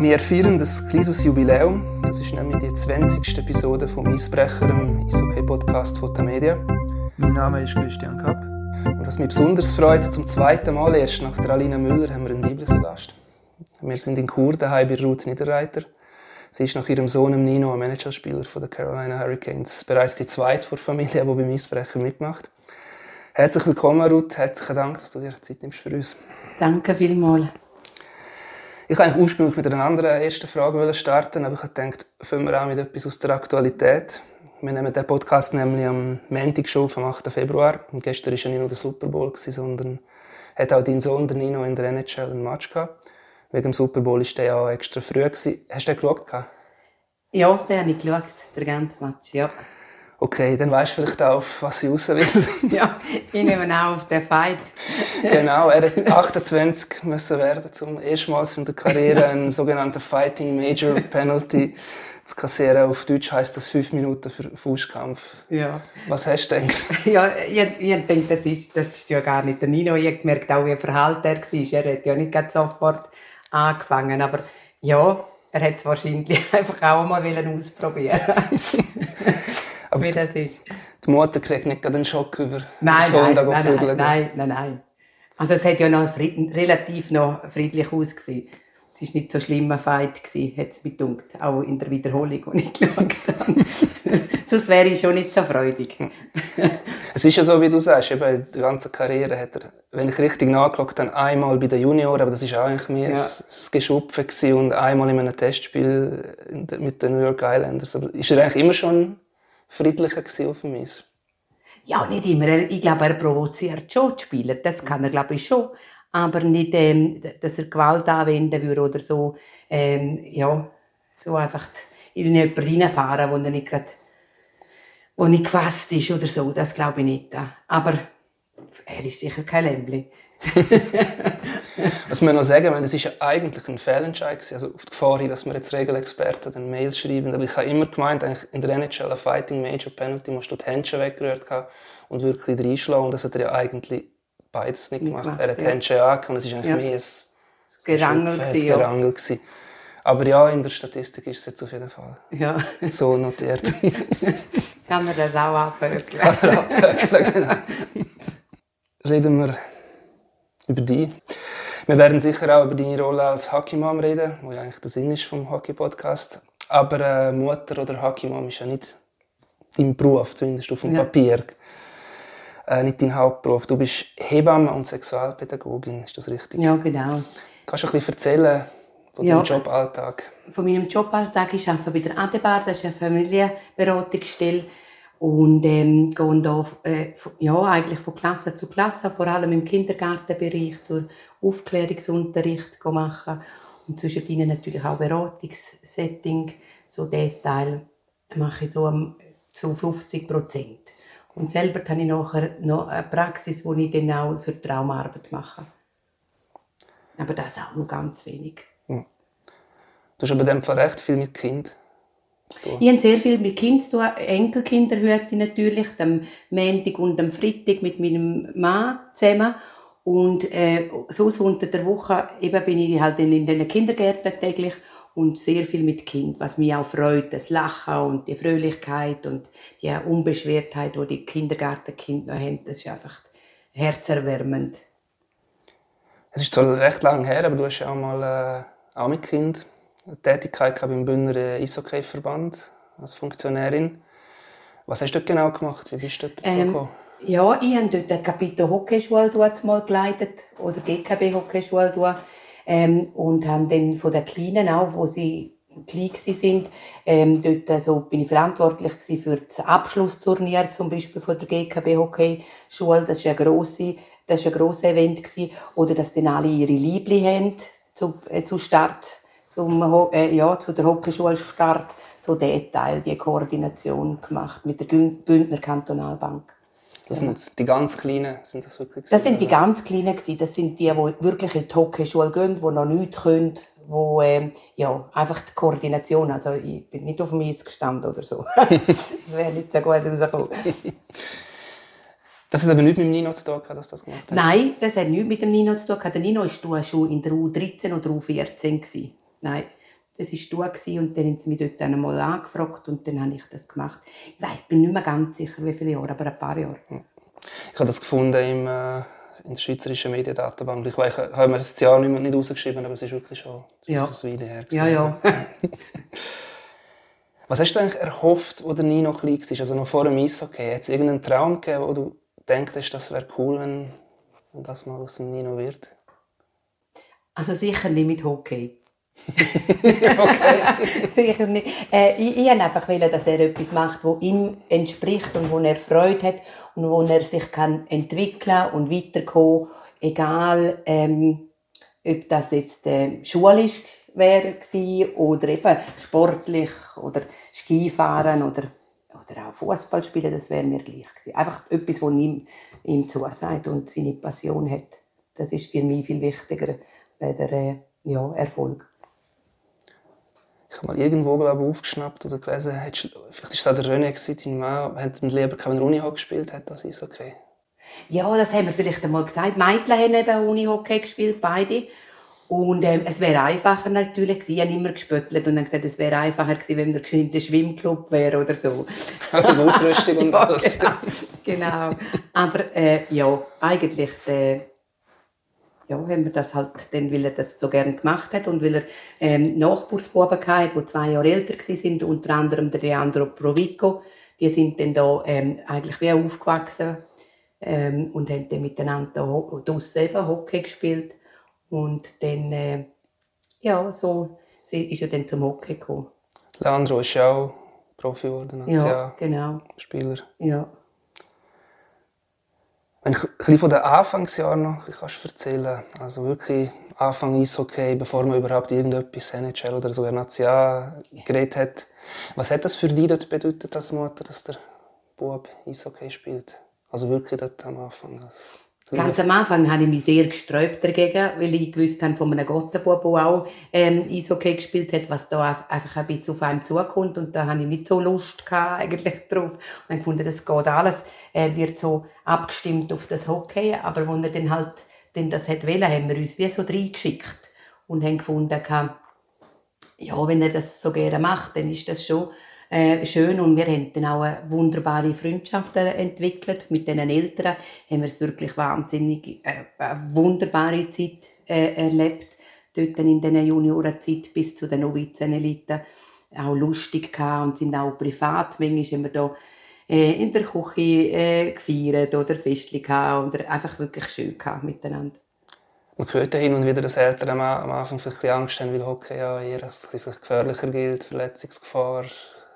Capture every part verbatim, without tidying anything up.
Wir feiern ein kleines Jubiläum. Das ist nämlich die zwanzigste Episode vom Eisbrecher, dem Eishockey-Podcast von Tamedia. Mein Name ist Christian Kapp. Und was mich besonders freut, zum zweiten Mal erst nach der Alina Müller haben wir einen weiblichen Gast. Wir sind in Chur daheim bei Ruth Niederreiter. Sie ist nach ihrem Sohn Nino, ein Managerspieler der Carolina Hurricanes, bereits die zweite der Familie, die beim Eisbrecher mitmacht. Herzlich willkommen, Ruth. Herzlichen Dank, dass du dir Zeit nimmst für uns. Danke vielmals. Ich wollte eigentlich ursprünglich mit einer anderen ersten Frage starten, aber ich habe gedacht, fangen wir auch mit etwas aus der Aktualität. Wir nehmen diesen Podcast nämlich am Montag schon, am achten Februar. Und gestern war ja nicht nur der Super Bowl, sondern hat auch dein Sohn, der Nino, in der N H L einen Match gehabt. Wegen dem Super Bowl war der ja extra früh. Hast du den geschaut? Ja, den habe ich geschaut, den ganzen Match, ja. Okay, dann weisst du vielleicht auch, auf was ich raus will. Ja, ich nehme auch auf den Fight. Genau, er hat achtundzwanzig müssen werden, zum erstmals in der Karriere einen sogenannten Fighting Major Penalty zu kassieren. Auf Deutsch heisst das fünf Minuten für Faustkampf. Ja. Was hast du gedacht? Ja, ich, ich denke, das ist, das ist ja gar nicht der Nino. Ich habe gemerkt, auch wie verhalten er war. Er hat ja nicht sofort angefangen, aber ja, er hat es wahrscheinlich einfach auch mal ausprobieren. Aber wie das ist. Die Mutter kriegt nicht gerade einen Schock über nein, den Sohn, nein, nein, nein, nein, nein, nein. Also es hat ja noch fried- relativ noch friedlich ausgesehen. Es war nicht so ein schlimmer Fight, hat es mir gedacht. Auch in der Wiederholung, die ich geschaut habe. Sonst wäre ich schon nicht so freudig. Es ist ja so, wie du sagst, eben in der ganzen Karriere hat er, wenn ich richtig nachgeschaut habe, einmal bei den Junioren, aber das war eigentlich mehr ja. ein Geschupfe gewesen, und einmal in einem Testspiel mit den New York Islanders. Aber ist er eigentlich immer schon friedlicher gewesen auf dem Eis? Ja, nicht immer. Ich glaube, er provoziert schon die Spieler. Das kann er, glaube ich, schon. Aber nicht, ähm, dass er Gewalt anwenden würde oder so. Ähm, ja, so einfach in jemanden reinfahren, wo er nicht gerade, wo nicht gefasst ist oder so. Das glaube ich nicht. Aber er ist sicher kein Lämmli. Was wir noch sagen, das ist ja eigentlich ein Fehlentscheid gewesen. Also auf die Gefahr hin, dass wir jetzt Regelexperten dann Mails schreiben. Aber ich habe immer gemeint, eigentlich in der N H L ein Fighting Major Penalty musst du die Händchen weggerührt haben und wirklich reinschlagen. Und das hat er ja eigentlich beides nicht gemacht. gemacht er hat die ja. Händchen angehauen und es war eigentlich ja. mehr ein, Gerangel. ein Gerangel gewesen. Aber ja, in der Statistik ist es jetzt auf jeden Fall ja. so notiert. Kann man das auch abhökeln? Kann man abhökeln, genau. Reden wir über dich. Wir werden sicher auch über deine Rolle als Hockey-Mom reden, die ja eigentlich der Sinn ist vom Hockey-Podcast. Aber äh, Mutter oder Hockey-Mom ist ja nicht dein Beruf, zumindest auf dem ja. Papier. Äh, nicht dein Hauptberuf. Du bist Hebamme und Sexualpädagogin, ist das richtig? Ja, genau. Kannst du ein bisschen erzählen von deinem ja. Joballtag? Von meinem Joballtag, ich arbeite bei der Adebar, das ist eine Familienberatungsstelle. Und ähm, gehen da, äh, ja, eigentlich von Klasse zu Klasse, vor allem im Kindergartenbereich, durch Aufklärungsunterricht machen. Und zwischen ihnen natürlich auch Beratungssetting, so Detail mache ich so um, zu fünfzig Prozent. Und selber habe ich nachher noch eine Praxis, wo ich dann auch für Traumarbeit mache. Aber das auch nur ganz wenig. Hm. Du hast aber in dem Fall recht viel mit Kindern. Ich habe sehr viel mit Kindern zu tun, Enkelkinderhüte natürlich, am Montag und am Freitag mit meinem Mann zusammen. Und äh, sonst unter der Woche eben bin ich halt in, in den Kindergärten täglich und sehr viel mit Kind, was mich auch freut, das Lachen und die Fröhlichkeit und die Unbeschwertheit, die die Kindergartenkinder noch haben, das ist einfach herzerwärmend. Es ist zwar recht lange her, aber du hast ja auch mal äh, auch mit Kind eine Tätigkeit beim Bündner Eishockey-Verband als Funktionärin. Was hast du dort genau gemacht? Wie bist du dort dazu gekommen? Ähm, ja, ich habe dort eine Kapitel-Hockeyschule mal geleitet, oder G K B-Hockeyschule. Ähm, und habe dann von den Kleinen auch, wo sie klein waren, ähm, dort also bin ich verantwortlich für das Abschlussturnier, zum Beispiel von der G K B-Hockeyschule. Das war ein grosses, das war ein grosses Event. Oder dass dann alle ihre Liebli haben zu, äh, zu Start. Zum, äh, ja, zu der Hockeyschulstart, so Detail, die Koordination gemacht mit der Bündner Kantonalbank. Das sind die ganz Kleinen, sind das wirklich? Das sind die ganz Kleinen gewesen. Das sind die, die wirklich in die Hockeyschule gehen, die noch nichts können, wo ähm, ja einfach die Koordination. Also ich bin nicht auf dem Eis gestanden oder so. Das wäre nicht so gut rausgekommen. Das hat aber nichts mit dem Nino zu tun, dass das gemacht hast? Nein, das hat nichts mit dem Nino zu tun. Der Nino war schon in der U dreizehn oder U vierzehn. Nein, das war du und dann haben sie mich dort einmal angefragt und dann habe ich das gemacht. Ich weiss, bin nicht mehr ganz sicher, wie viele Jahre, aber ein paar Jahre. Ich habe das gefunden im, äh, in der Schweizerischen Mediendatenbank. Ich, weiß, ich habe mir das Jahr nicht, nicht rausgeschrieben, aber es ist wirklich schon ja. ein Weile her. Ja, ja. Was hast du eigentlich erhofft, als der Nino klein war? Also noch vor dem Eishockey? Hat es irgendeinen Traum gegeben, wo du denkst, das wäre cool, wenn, wenn das mal aus dem Nino wird? Also sicher nicht mit Hockey. Okay. Sicher nicht. Äh, ich ich wollte einfach, dass er etwas macht, das ihm entspricht und wo er Freude hat und wo er sich kann entwickeln und weiterkommen kann. Egal, ähm, ob das jetzt äh, schulisch wäre oder eben sportlich oder Skifahren oder, oder auch Fußball spielen, das wäre mir gleich gewesen. Einfach etwas, das ihm, ihm zusagt und seine Passion hat. Das ist für mich viel wichtiger als der äh, ja, Erfolg. Ich habe mal irgendwo glaube ich, aufgeschnappt oder gelesen, vielleicht war es auch der René, dein Mann, hat lieber kein Unihockey gespielt, hat das ist okay. Ja, das haben wir vielleicht einmal gesagt. Die Mädchen haben eben Unihockey gespielt, beide. Und ähm, es wäre einfacher natürlich gewesen. Ich habe immer gespöttelt und dann gesagt, es wäre einfacher gewesen, wenn wir in der Schwimmclub wäre oder so. Mit Ausrüstung und ja, alles. Genau. genau. Aber äh, ja, eigentlich äh, ja, haben wir das halt, dann, weil er das so gerne gemacht hat und weil er ähm, Nachbarsbuben hatte, die zwei Jahre älter waren, unter anderem der Leandro Provico. Die sind dann da ähm, eigentlich wie aufgewachsen ähm, und haben dann miteinander draussen eben Hockey gespielt. Und dann, äh, ja, so ist er dann zum Hockey gekommen. Leandro ist ja auch Profi geworden, ja, genau. Spieler. Ja. Wenn ich ein bisschen von den Anfangsjahren noch kannst erzählen, also wirklich Anfang Eishockey, bevor man überhaupt irgendetwas N H L oder so National geredet hat. Was hat das für dich dort bedeutet als Mutter, dass der Bub Eishockey spielt? Also wirklich dort am Anfang. Also Ganz am Anfang habe ich mich sehr gesträubt dagegen, weil ich gewusst habe von einem Gottenbub, der auch ähm, Eishockey gespielt hat, was da einfach ein bisschen auf einem zukommt. Und da hatte ich nicht so Lust gehabt, eigentlich drauf. Und ich gefunden, das geht alles, äh, wird so abgestimmt auf das Hockey. Aber als er dann halt dann das hat wollen, haben wir uns wie so reingeschickt und haben gefunden, ja, wenn er das so gerne macht, dann ist das schon Äh, schön und wir haben dann auch eine wunderbare Freundschaft entwickelt. Mit den Eltern haben wir es wirklich wahnsinnig äh, eine wunderbare Zeit äh, erlebt. Dort in dieser Juniorenzeit bis zu den Novizeneliten auch lustig gehabt und sind auch privat. Manchmal haben wir da äh, in der Küche äh, gefeiert oder Festchen gehabt oder einfach wirklich schön gehabt miteinander. Man hört ja hin und wieder, dass Eltern am Anfang vielleicht Angst haben, weil Hockey ja eher als vielleicht gefährlicher gilt, Verletzungsgefahr.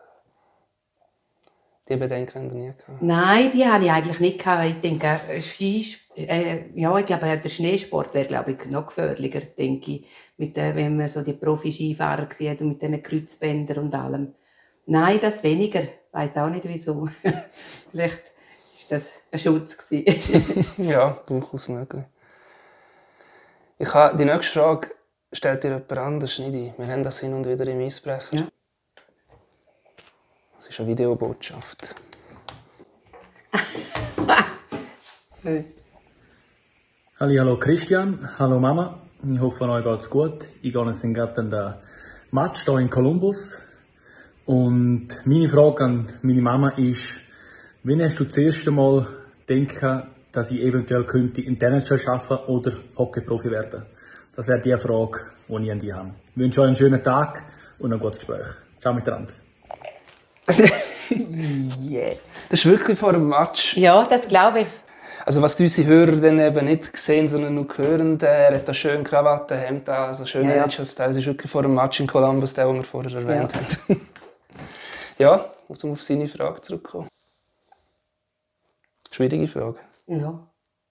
Die Bedenken haben Sie nie gehabt? Nein, die hatte ich eigentlich nicht gehabt. Ich denke, Skisp- äh, ja, ich glaube, der Schneesport wäre, glaube ich, noch gefährlicher, denke ich. Mit, äh, wenn man so die Profi-Skifahrer sieht und mit diesen Kreuzbändern und allem. Nein, das weniger. Ich weiss auch nicht, wieso. Vielleicht war das ein Schutz gewesen. Ja, durchaus möglich. Ich habe, die nächste Frage stellt dir jemand anders, nicht ich. Wir haben das hin und wieder im Eisbrecher. Ja. Das ist eine Videobotschaft. Hallo Christian, hallo Mama. Ich hoffe, euch geht's gut. Ich gehe jetzt gerade an den Match hier in Columbus. Und meine Frage an meine Mama ist, wann hast du das erste Mal gedacht, dass ich eventuell könnte in der N H L arbeiten oder Hockey-Profi werden? Das wäre die Frage, die ich an dich habe. Ich wünsche euch einen schönen Tag und ein gutes Gespräch. Ciao miteinander. yeah. Das ist wirklich vor dem Match. Ja, das glaube ich. Also was unsere Hörer dann eben nicht sehen, sondern nur hören, er hat da schön Krawatte, Hemd an, also schön ja, N H L-Style. Das ist wirklich vor dem Match in Columbus, der, den wir vorher erwähnt ja. haben. Ja, um auf seine Frage zurückzukommen. Schwierige Frage. Ja.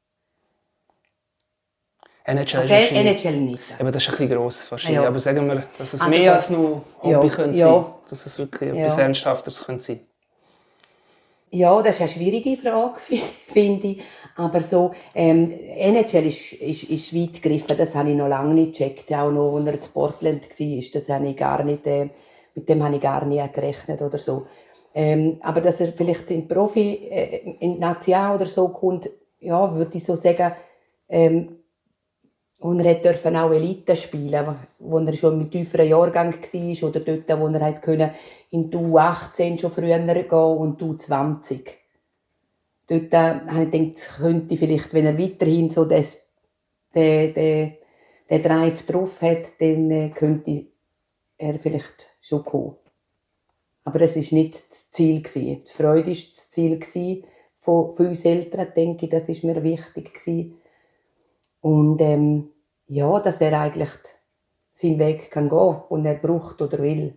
N H L okay, ist N H L nicht. Aber das ist ein bisschen gross wahrscheinlich. Ja. Aber sagen wir, dass es also mehr als nur Hobby ja, könnte ja. sein. Dass es wirklich ja. etwas Ernsthafteres könnte sein. Ja, das ist eine schwierige Frage, finde ich. Aber so, ähm, N H L ist, ist, ist weit gegriffen. Das habe ich noch lange nicht gecheckt. Auch noch, als er in Portland war. Das habe ich gar nicht, äh, mit dem habe ich gar nicht gerechnet oder so. Ähm, aber dass er vielleicht in Profi, äh, in National oder so kommt, ja, würde ich so sagen, ähm, Und er durfte auch Elite spielen, wo er schon im tieferen Jahrgang war oder dort, wo er halt in die U achtzehn schon früher gehen und die U zwanzig. Dort äh, habe ich gedacht, es könnte vielleicht, wenn er weiterhin so das, den, den, den Drive drauf hat, dann äh, könnte er vielleicht schon kommen. Aber das war nicht das Ziel. Die Freude war das Ziel von, von uns Eltern, denke ich, das war mir wichtig. Und ähm, ja, dass er eigentlich seinen Weg kann gehen kann, den er braucht oder will.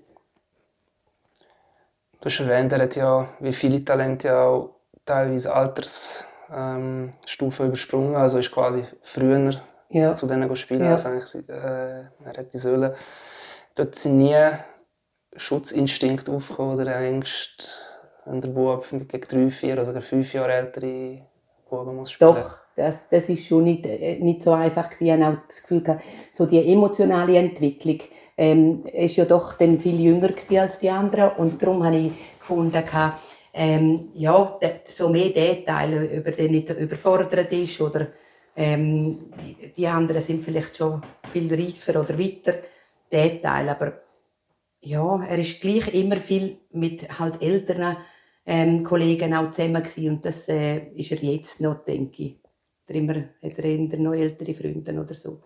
Du hast erwähnt, er hat ja, wie viele Talente, ja auch teilweise Altersstufen ähm, übersprungen. Also ist quasi früher ja. zu denen spielen, ja. als eigentlich, äh, er hätte sollen. Dort sind nie Schutzinstinkt aufgekommen oder Ängste, wenn der Bub gegen drei, vier oder sogar fünf Jahre ältere Buben muss spielen. Doch. Das, das ist schon nicht, nicht so einfach gewesen. Ich habe auch das Gefühl gehabt, so die emotionale Entwicklung ähm, ist ja doch dann viel jünger gewesen als die anderen und darum habe ich gefunden, ähm, ja, so mehr Details, über den nicht überfordert ist oder ähm, die, die anderen sind vielleicht schon viel reifer oder weiter Details, aber ja, er ist gleich immer viel mit halt älteren ähm, Kollegen auch zusammen gewesen und das äh, ist er jetzt noch, denke ich. Immer, hat er eher noch ältere Freunde oder so.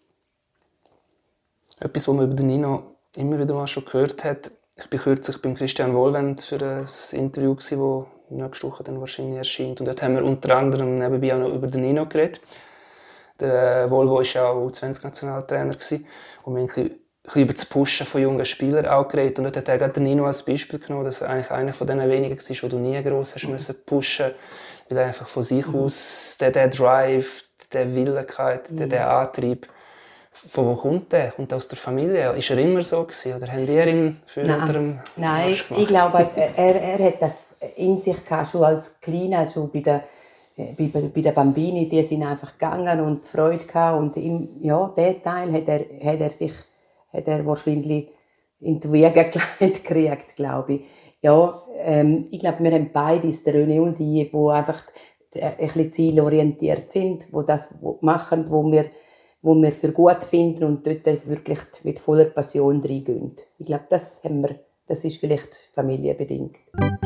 Etwas, was man über den Nino immer wieder mal schon gehört hat. Ich war kürzlich beim Christian Wohlwend für ein Interview, das nächste Woche dann wahrscheinlich erscheint. Und dort haben wir unter anderem nebenbei auch noch über den Nino geredet. Der Volvo war ja auch U zwanzig-Nationaltrainer. Und wir haben ein bisschen, ein bisschen über das Pushen von jungen Spielern auch geredet. Und dort hat er gerade den Nino als Beispiel genommen, dass er eigentlich einer von den wenigen war, die du nie gross hast müssen pushen musst. Weil er einfach von sich mhm. aus der, der Drive, der Willigkeit, der, der Antrieb, von wo kommt der? Kommt er aus der Familie? Ist er immer so gewesen? Oder haben ihr ihn für Nein, Nein ich glaube, er, er hat das in sich gehabt, schon als Kleiner, schon bei der, bei, bei der Bambini, die sind einfach gegangen und Freude gehabt. Und im, ja, diesen Teil hat er, hat er sich hat er wahrscheinlich in die Wiege gekriegt, glaube ich. Ja, ähm, ich glaube, wir haben beide, der René und ich, die einfach ein bisschen zielorientiert sind, die das machen, wo wir, wo wir für gut finden und dort wirklich mit voller Passion reingehen. Ich glaube, das, haben wir, das ist vielleicht familienbedingt.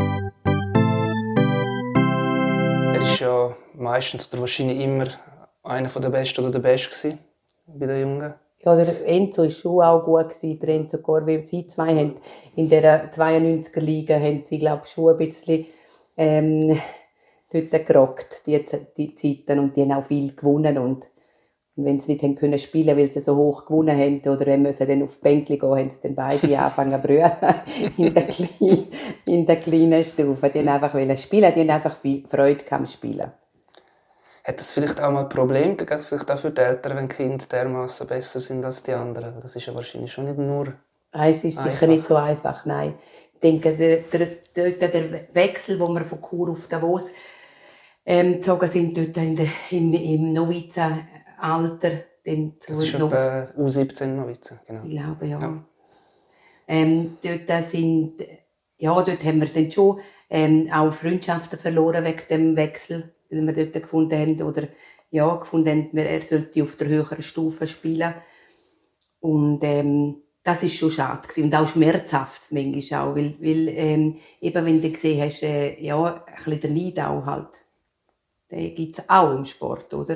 Er war ja meistens oder wahrscheinlich immer einer der Besten oder der Beste bei den Jungen. Ja, der Enzo war schon auch gut gewesen, der Enzo Corvi. Sie zwei haben in der zweiundneunziger Liga haben sie, glaube ich, schon ein bisschen ähm, dort gerockt, die, die Zeiten. Und die haben auch viel gewonnen. Und, und wenn sie nicht haben können spielen, weil sie so hoch gewonnen haben, oder wenn sie dann auf die Bänkli gehen, haben sie dann beide angefangen zu brüllen in der kleinen, in der kleinen Stufe. Die haben einfach spielen, die haben einfach viel Freude am Spielen. Hat das vielleicht auch mal ein Problem gegeben, vielleicht auch für die Eltern, wenn die Kinder dermaßen besser sind als die anderen? Das ist ja wahrscheinlich schon nicht nur nein, es ist einfach. Sicher nicht so einfach, nein. Ich denke, der, der, der, der Wechsel, wo wir von Chur auf Davos ähm, gezogen sind, dort in der, im, im Novizenalter. Das ist etwa U siebzehn Novizen, genau. Ich glaube, ja. ja. Ähm, dort, sind, ja dort haben wir dann schon ähm, auch Freundschaften verloren wegen dem Wechsel. Weil wir dort gefunden haben, oder ja, gefunden haben, er sollte auf der höheren Stufe spielen. Und ähm, das war schon schade gewesen. Und auch schmerzhaft manchmal auch, weil, weil ähm, eben wenn du gesehen hast, äh, ja, ein bisschen der Neid auch halt. Den gibt es auch im Sport, oder?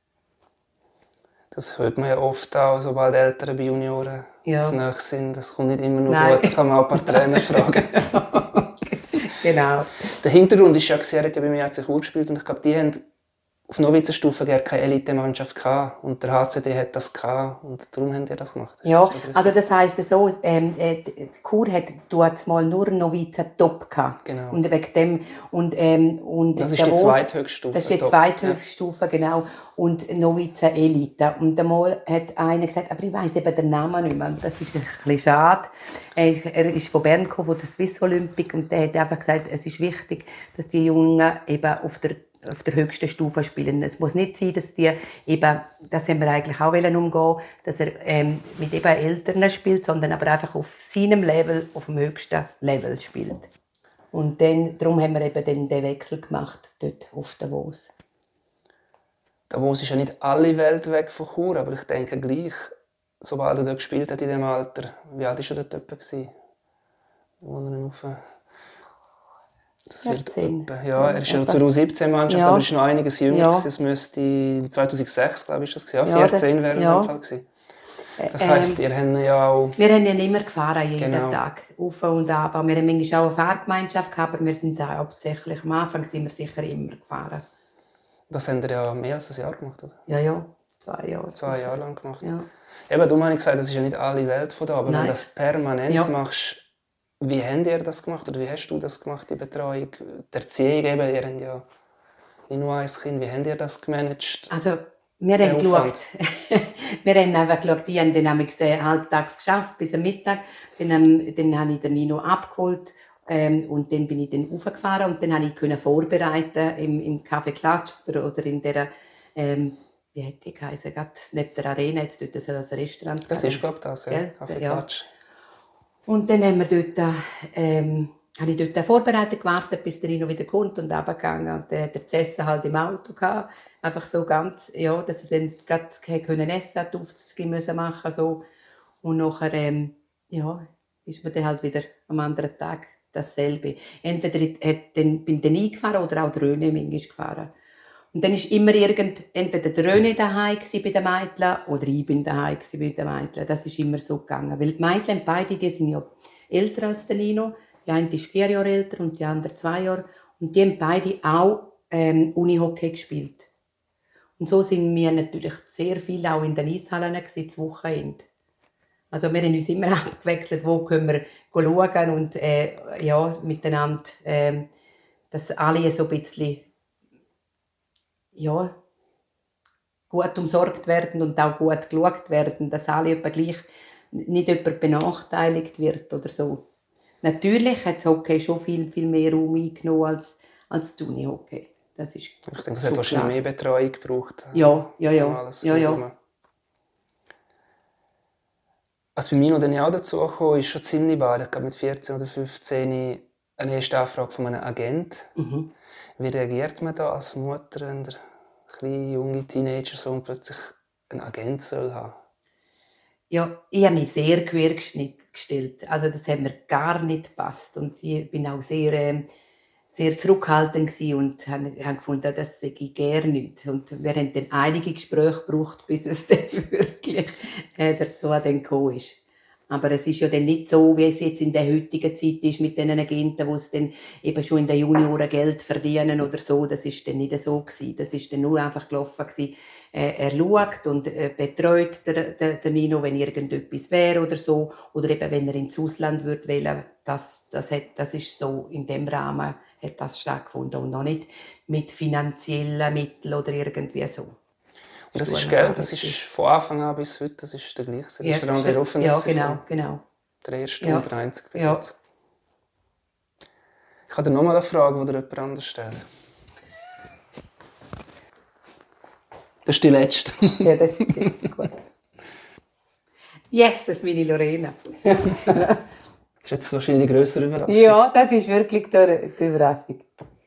Das hört man ja oft auch, sobald Eltern bei Junioren ja. zu nahe sind. Das kommt nicht immer nur Nein. gut, da kann man auch ein paar Trainer fragen. Genau. Der Hintergrund ist ja, er hat ja bei mir H C Chur gespielt und ich glaube, die haben auf Novizenstufe gar keine Elite-Mannschaft gehabt und der H C D hat das gehabt und darum haben die das gemacht. Ja, das also das heisst so, ähm, Chur hat dort mal nur Novizen-Top gehabt. Genau. Und wegen dem und ähm, und das ist die zweithöchste Stufe. Das ist die zweithöchste Stufe, genau. Und Novizen-Elite. Und einmal hat einer gesagt, aber ich weiss eben den Namen nicht mehr. Das ist ein bisschen schade. Er ist von Bern gekommen, von der Swiss Olympic, und der hat einfach gesagt, es ist wichtig, dass die Jungen eben auf der auf der höchsten Stufe spielen. Es muss nicht sein, dass die eben, das haben wir eigentlich auch umgehen, dass er ähm, mit eben Eltern spielt, sondern aber einfach auf seinem Level, auf dem höchsten Level spielt. Und dann, darum haben wir eben dann den Wechsel gemacht, dort auf Davos. Davos ist ja nicht alle Welt weg von Chur, aber ich denke gleich, sobald er dort gespielt hat in diesem Alter, wie alt war er dort etwa gewesen? Wo er ihn auf... Das wird etwa, ja, er ist ja zur U siebzehn-Mannschaft, ja. Aber er ist noch einiges jünger. Ja. Es müsste zweitausendsechs, glaube ich, das gewesen. Ja, vierzehn wäre er ja. in dem Fall gewesen. Das heisst, ähm, ihr habt ja auch... Wir haben ja nicht mehr gefahren, jeden genau. Tag, auf und ab. Wir haben manchmal auch eine Fahrgemeinschaft gehabt, aber wir sind auch hauptsächlich, am Anfang sind wir sicher immer gefahren. Das habt ihr ja mehr als ein Jahr gemacht, oder? Ja, ja, zwei Jahre. Zwei Jahre lang gemacht. Ja. Eben, darum habe ich gesagt, das ist ja nicht alle Welt von da, aber Nein. wenn du das permanent ja. machst, wie habt ihr das gemacht oder wie hast du das gemacht, die Betreuung, die Erziehung eben, ihr habt ja nicht nur ein Kind, wie habt ihr das gemanagt? Also, wir haben geschaut, wir haben einfach geschaut, die haben dann halbtags geschafft, bis am Mittag, dann, ähm, dann habe ich den Nino abgeholt ähm, und dann bin ich dann raufgefahren und dann konnte ich vorbereiten im, im Café Klatsch oder, oder in der, ähm, wie hat die geheißen, gerade neben der Arena, jetzt dort so ein Restaurant. Das ist, glaube ich, das, ja, ja Café Klatsch. Ja. Und dann haben wir dort, ähm, habe ich dort vorbereitet, gewartet, bis der Nino wieder kommt und runtergegangen. Und der, der Zessen halt im Auto gehabt. Einfach so ganz, ja, dass er dann gerade können essen konnte, aufzugehen müssen machen, so. Und nachher, ähm, ja, ist man dann halt wieder am anderen Tag dasselbe. Entweder hat, dann, bin ich dann eingefahren oder auch der Röne manchmal gefahren. Und dann war immer irgend, entweder der Röne daheim bei den Mädchen oder ich bin daheim bei den Mädchen. Das ist immer so gegangen. Weil die Mädchen, beide, die sind ja älter als der Nino. Die eine ist vier Jahre älter und die andere zwei Jahre. Und die haben beide auch ähm, Unihockey gespielt. Und so sind wir natürlich sehr viel auch in den Eishallen das Wochenende. Also wir haben uns immer abgewechselt, wo können wir schauen und äh, ja, miteinander, äh, dass alle so ein bisschen ja, gut umsorgt werden und auch gut geschaut werden, dass alle etwa gleich nicht jemand benachteiligt wird oder so. Natürlich hat das Hockey schon viel, viel mehr Raum eingenommen als, als das Unihockey. Das ist ich denke, das hat wahrscheinlich mehr Betreuung gebraucht. Ja, ja, ja. ja, ja. Als bei mir noch dann auch dazu kam, ist schon ziemlich bald, ich glaube mit vierzehn oder fünfzehn, eine erste Anfrage von einem Agent. Mhm. Wie reagiert man da als Mutter, wenn der kleine, junge Teenager so plötzlich einen Agent soll haben? Ja, ich habe mich sehr quer gestellt. Also das hat mir gar nicht gepasst. Und ich bin auch sehr, äh, sehr zurückhaltend und habe, habe gefunden, das sei ich gerne nicht. Und wir haben dann einige Gespräche gebraucht, bis es dann wirklich äh, dazu dann gekommen ist. Aber es ist ja dann nicht so, wie es jetzt in der heutigen Zeit ist mit den Agenten, die es dann eben schon in den Junioren Geld verdienen oder so. Das ist dann nicht so gewesen. Das ist dann nur einfach gelaufen gewesen. Äh, er schaut und äh, betreut den, den, den Nino, wenn irgendetwas wäre oder so. Oder eben, wenn er ins Ausland würde wählen, das, das, hat, das ist so, in dem Rahmen hat das stattgefunden. Und noch nicht mit finanziellen Mitteln oder irgendwie so. Und das ist Geld, das ist von Anfang an bis heute, das ist der gleiche. Das ja, ist der andere offen. Ja, genau, genau. Der erste ja. und der einzige bis ja. jetzt. Ich habe dir noch mal eine Frage, die dir jemand anders stellt. Das ist die letzte. Ja, das ist, das ist gut. Yes, das ist meine Lorena. Das ist jetzt wahrscheinlich die grössere Überraschung. Ja, das ist wirklich die, die Überraschung.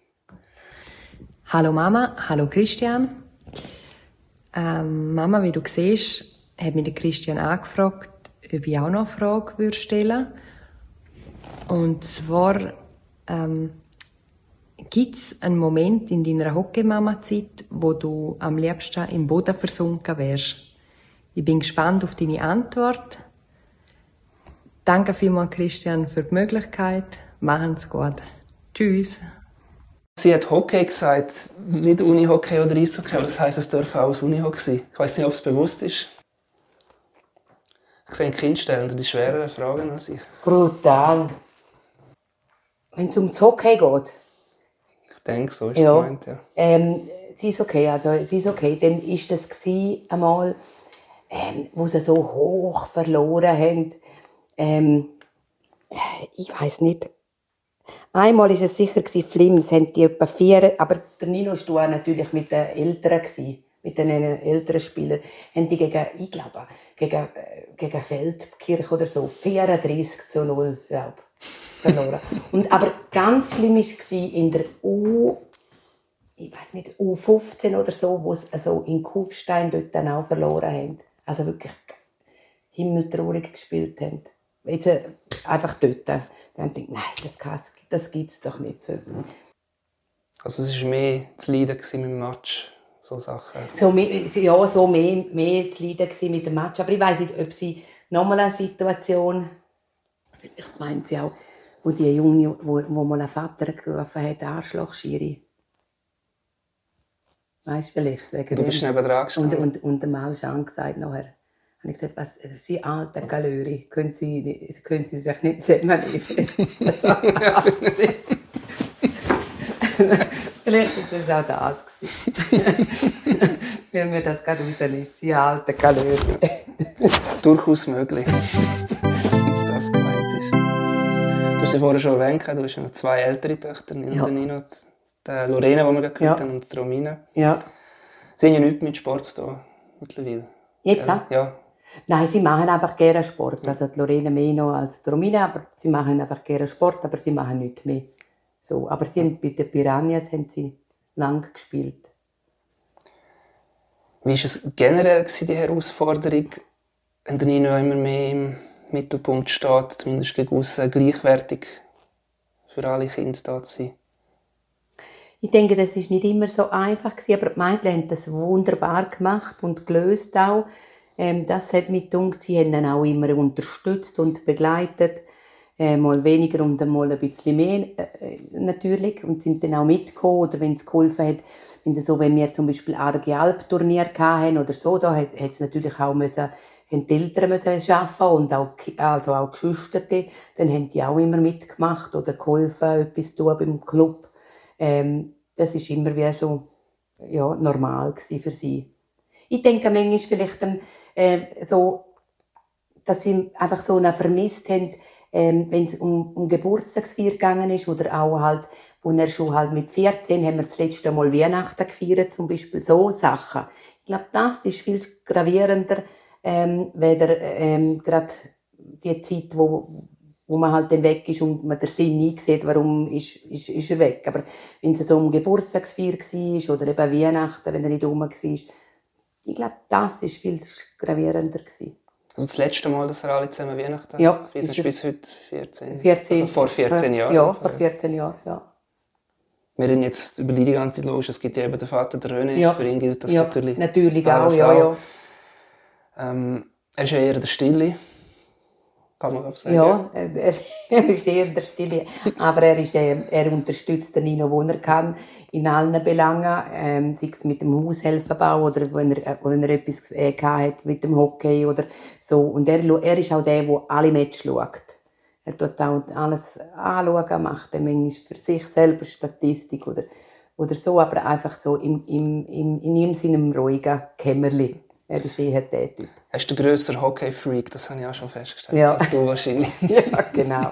Hallo Mama, hallo Christian. Ähm, Mama, wie du siehst, hat mich der Christian angefragt, ob ich auch noch eine Frage stellen würde. Und zwar, ähm, gibt es einen Moment in deiner Hockey-Mama-Zeit, wo du am liebsten im Boden versunken wärst? Ich bin gespannt auf deine Antwort. Danke vielmals, Christian, für die Möglichkeit. Machen's gut. Tschüss. Sie hat Hockey gesagt, nicht Unihockey oder Eishockey, aber das heisst, es darf auch Unihockey sein. Ich weiss nicht, ob es bewusst ist. Ich sehe, die Kinder stellen die schwereren Fragen als ich. Brutal. Wenn es um das Hockey geht? Ich denke, so ist ja. es gemeint, ja. Ähm, sie ist okay, also sie ist okay. Dann war das einmal, ähm, wo sie so hoch verloren haben. Ähm, ich weiss nicht. Einmal war es sicher Flims, haben die etwa vier, aber der Nino war natürlich mit den Älteren, mit den älteren Spielern, haben die gegen, ich glaube, gegen, gegen Feldkirch oder so, vierunddreißig zu null, glaube ich, verloren. Und, aber ganz schlimm war es in der U ich weiß nicht, U fünfzehn oder so, wo sie also in Kufstein dort dann auch verloren haben. Also wirklich himmeltraurig gespielt haben. Jetzt, äh, einfach dort. Dann denke ich, nein, das, das gibt es doch nicht so. Also es war mehr zu leiden mit dem Match, so Sachen? So, ja, so mehr, mehr zu leiden mit dem Match. Aber ich weiß nicht, ob sie nochmal eine Situation, vielleicht meint sie auch, wo die Junge, wo, wo mal ein Vater gerufen hat, Arschloch-Schiri. Weißt du vielleicht? Wegen du bist dem. neben dran gestanden. Und, und, und der Mal schon gesagt nachher. Habe ich gesagt, was, also Sie alte Galöri, können Sie, können Sie sich nicht zusammennehmen? Ist das auch das gewesen? Vielleicht ist es auch das gewesen. Weil mir das gerade raus ist, Sie alte Galöri. Durchaus möglich, dass das gemeint ist. Du hast ja vorher schon erwähnt, du hast ja noch zwei ältere Töchter, ja. Nino, die Lorena, die wir gerade gehört ja. haben, und die Romina. Ja. Sie haben ja nichts mit Sport zu tun, mittlerweile. Jetzt, ja? Ja. Nein, sie machen einfach gerne Sport. Also die Lorena mehr noch als die Romina, aber sie machen einfach gerne Sport, aber sie machen nichts mehr. So, aber sie haben, bei den Piranhas haben sie lange gespielt. Wie war es generell die Herausforderung, wenn der Nino immer mehr im Mittelpunkt steht, zumindest gegen aussen, gleichwertig für alle Kinder da zu sein? Ich denke, das war nicht immer so einfach, aber die Mädchen haben das wunderbar gemacht und gelöst auch. Ähm, das hat mich gedacht, sie haben ihn auch immer unterstützt und begleitet. Äh, mal weniger und mal ein bisschen mehr äh, natürlich. Und sind dann auch mitgekommen. Oder wenn es geholfen hat, wenn, sie so, wenn wir zum Beispiel arge Alpturnier hatten oder so, da hat es natürlich auch müssen, haben die Eltern müssen arbeiten und auch, also auch Geschwister. Dann haben die auch immer mitgemacht oder geholfen, etwas zu tun beim Club. Ähm, das war immer wie so ja, normal für sie. Ich denke, manchmal vielleicht dann, äh, so, dass sie einfach so eine vermisst haben, ähm, wenn es um, um Geburtstagsfeier gegangen ist oder auch halt, wo er schon halt mit vierzehn haben wir das letzte Mal Weihnachten gefeiert, zum Beispiel so Sachen. Ich glaube, das ist viel gravierender, ähm, weder ähm, gerade die Zeit, wo wo man halt dann weg ist und man den Sinn nicht sieht, warum ist, ist, ist er weg. Aber wenn es so um Geburtstagsfeier war oder eben Weihnachten, wenn er nicht rum war, ich glaube, das war viel gravierender. Also das letzte Mal, dass er alle zusammen Weihnachten ja, gefeiert hat, ist bis heute vierzehn. vierzehn. Also vor vierzehn Jahren. Ja, vor vierzehn Jahren, ja. Wir reden jetzt über die ganze Zeit los. Es gibt ja eben den Vater, der René. Ja. Für ihn gilt das ja, natürlich, natürlich auch. Ja, ja. Ähm, er ist ja eher der Stille. Kann man sagen. Ja, er, er ist eher der Stille. Aber er, ist, er unterstützt den Nino, wo er kann, in allen Belangen. Ähm, sei es mit dem Haushelfenbau oder wenn er, wenn er etwas äh, hat mit dem Hockey oder so. Und er, er ist auch der, der alle Matches schaut. Er tut auch alles anschauen, macht dann manchmal für sich selber Statistik oder, oder so, aber einfach so im, im, im, in ihm seinem ruhigen Kämmerli. Er ist eher der Typ. Er ist der grössere Hockey-Freak, das habe ich auch schon festgestellt. Ja. Als du wahrscheinlich. Ja, genau.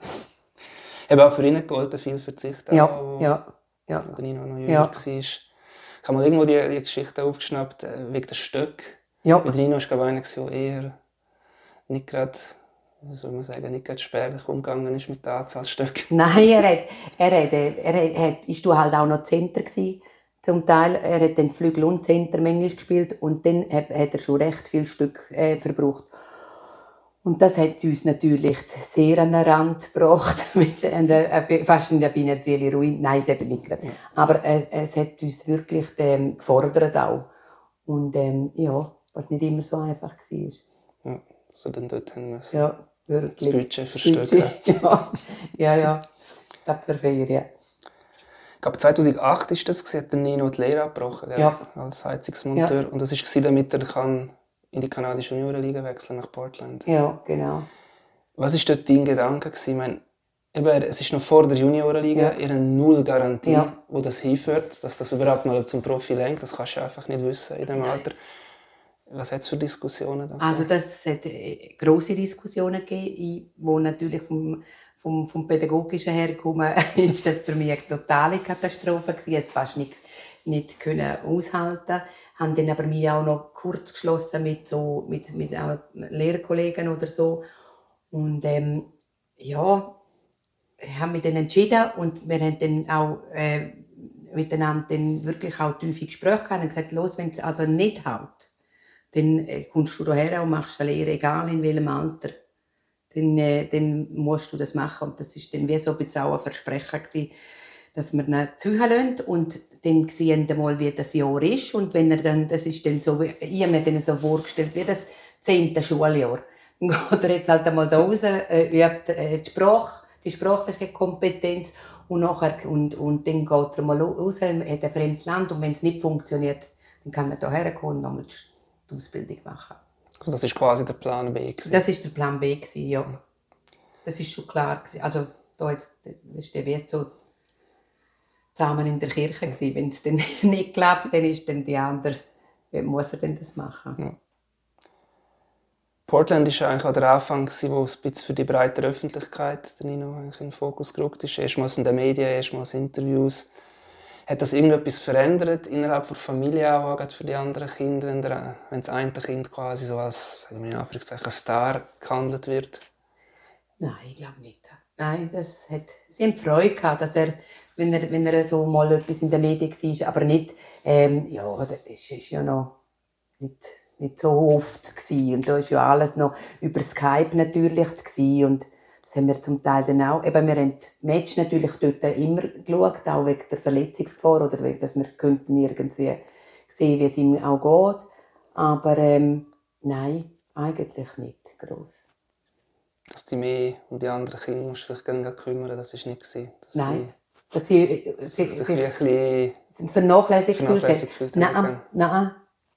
Eben auch für ihn gegolten, viel verzichtet. Ja, auch, ja. Ja. Als Nino noch jünger ja. war. Ich habe mal irgendwo die, die Geschichte aufgeschnappt, wegen der Stöcke. Ja. Mit Nino war es einer, der eher nicht gerade, wie soll man sagen, nicht gerade spärlich umgegangen ist mit der Anzahl Stöcke. Nein, er hat, er hat, er hat, ist du halt auch noch Center gewesen. Zum Teil, er hat den Flügel und Center manchmal gespielt und dann hat, hat er schon recht viel Stück äh, verbraucht. Und das hat uns natürlich sehr an den Rand gebracht, mit einer, fast in der finanziellen Ruin. Nein, es eben nicht gerade. Ja. Aber es, es hat uns wirklich ähm, gefordert auch. Und ähm, ja, was nicht immer so einfach war. Ja, dass er dann dort hin müssen. Ja, wirklich. Das Budget verstärken. Ja, ja, ja. Ich glaube, für Ferien. Ich glaube, zweitausendacht war das, hat der Nino die Lehre abgebrochen, ja. als Heizungsmonteur. Ja. Und das war, damit er kann in die kanadische Juniorenliga wechseln nach Portland. Ja, genau. Was war dort dein Gedanke? Ich meine, eben, es ist noch vor der Juniorenliga, ja. Ihr habt null Garantie, ja. wo das hinführt, dass das überhaupt mal zum Profi lenkt. Das kannst du einfach nicht wissen in diesem Alter. Was hat es für Diskussionen da? Also das hat grosse Diskussionen gegeben, wo natürlich vom Vom, vom Pädagogischen her kommen, ist das für mich eine totale Katastrophe gewesen. Es fast nicht, nicht können aushalten. Haben dann aber mich auch noch kurz geschlossen mit so, mit, mit auch Lehrkollegen oder so. Und, ähm, ja, haben mich dann entschieden und wir haben dann auch, äh, miteinander dann wirklich auch tiefe Gespräche gehabt und gesagt, los, wenn es also nicht haut, dann äh, kommst du hierher und machst eine Lehre, egal in welchem Alter. Dann, äh, dann musst du das machen. Und das war dann wie so ein bisschen auch ein Versprechen gewesen, dass wir ihn ziehen lassen und dann sehen wir mal, wie das Jahr ist. Und wenn er dann, das ist dann so, ich habe mir dann so vorgestellt, wie das zehnte Schuljahr. Dann geht er jetzt halt einmal da raus, äh, übt äh, die Sprache, die sprachliche Kompetenz und, nachher, und, und dann geht er mal raus, hat ein fremdes Land und wenn es nicht funktioniert, dann kann er hierher kommen und nochmal die Ausbildung machen. Also das ist quasi der Plan B gewesen. Das ist der Plan B gewesen, ja. Das ist schon klar gewesen. Also da jetzt, das ist der Wert so zusammen in der Kirche gewesen. Wenn es dann nicht klappt, dann ist dann die andere, wie muss er denn das machen? Ja. Portland war eigentlich auch der Anfang, wo es ein bisschen für die breite Öffentlichkeit der Nino in den Fokus gerückt ist. Erstmals in den Medien, erstmals Interviews. Hat das irgendetwas verändert innerhalb der Familie auch, auch für die anderen Kinder, wenn, der, wenn das eine Kind quasi so als, sagen wir in Anführungszeichen, Star gehandelt wird? Nein, ich glaube nicht. Nein, das hat, sie haben Freude gehabt, dass er, wenn er, wenn er so mal etwas in den Medien war, aber nicht, ähm, ja, das ist ja noch nicht, nicht so oft gewesen. Und da war ja alles noch über Skype natürlich gewesen. Und das haben wir zum Teil dann auch. Eben, wir haben die Match natürlich dort immer geschaut, auch wegen der Verletzungsgefahr oder wegen, dass wir könnten irgendwie sehen, wie es ihm auch geht. Aber ähm, nein, eigentlich nicht gross. Dass die mehr um die anderen Kinder musst du vielleicht kümmern, das war nicht gewesen. Dass nein. Sie, dass sie, sie, sich sie, ein bisschen vernachlässigt gefühlt haben. Nein, nein.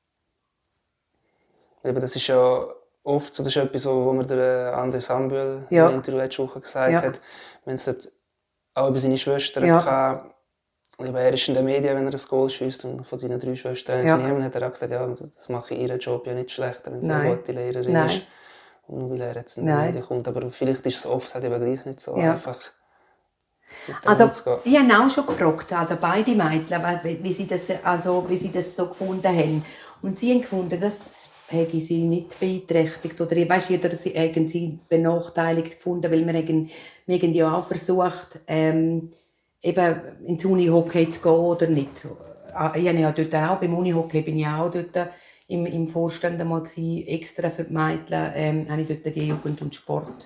Aber das ist ja oft so, das ist etwas, was mir der André Sambühl ja. im Interview letzte Woche gesagt ja. hat. Wenn es dort auch über seine Schwestern ja. kam, er ist in den Medien, wenn er ein Goal schießt und von seinen drei Schwestern ja. niemand, hat er auch gesagt, ja, das mache ihren Job ja nicht schlechter, wenn sie Nein. eine gute Lehrerin Nein. ist. Und nur weil er jetzt in den Medien kommt. Aber vielleicht ist es oft halt eben gleich nicht so ja. einfach. Also, ich habe auch schon gefragt, also beide Mädchen, wie sie das, also, wie sie das so gefunden haben. Und sie haben gefunden, das hätte sie nicht beeinträchtigt. Oder ich weiss, jeder haben sie benachteiligt gefunden, weil wir haben, wir haben ja auch versucht, ähm, eben ins Unihockey zu gehen oder nicht. Ich habe ja dort auch, beim Unihockey bin ich auch dort im, im Vorstand einmal gewesen, extra für die Mädchen, ähm, habe ich dort die Jugend und Sport.